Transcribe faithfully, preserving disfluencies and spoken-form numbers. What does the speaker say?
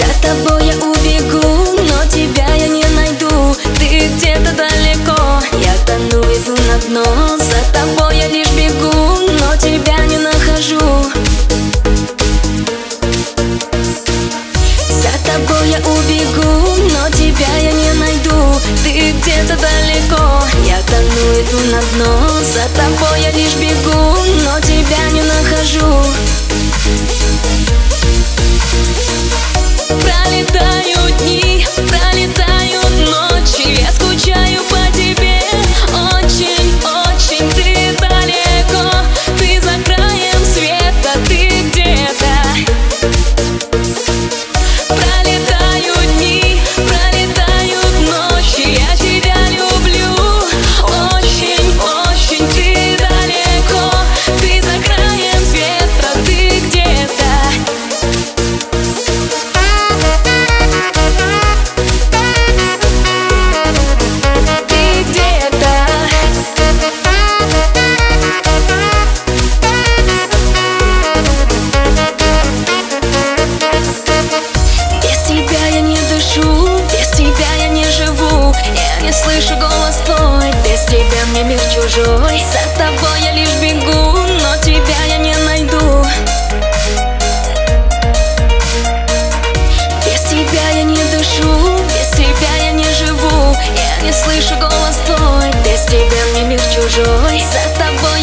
За тобой я убегу, но тебя я не найду. Ты где-то далеко, я тону, иду на дно. За тобой я лишь бегу, но тебя не нахожу. За тобой я убегу, но тебя я не найду. Ты где-то далеко, я тону, иду на дно. За тобой я лишь бегу, но тебя не нахожу. Пролетают дни, пролетают ночи, я скучаю по тебе очень, очень. Ты далеко, ты за краем света, ты где-то. Пролетают дни, пролетают ночи, я тебя люблю очень, очень. Ты далеко, ты за краем света, ты где-то. Слышу голос твой, без тебя мне мир чужой. За тобой я лишь бегу, но тебя я не найду. Без тебя я не дышу, без тебя я не живу. Я не слышу голос твой, без тебя мне мир чужой. За тобой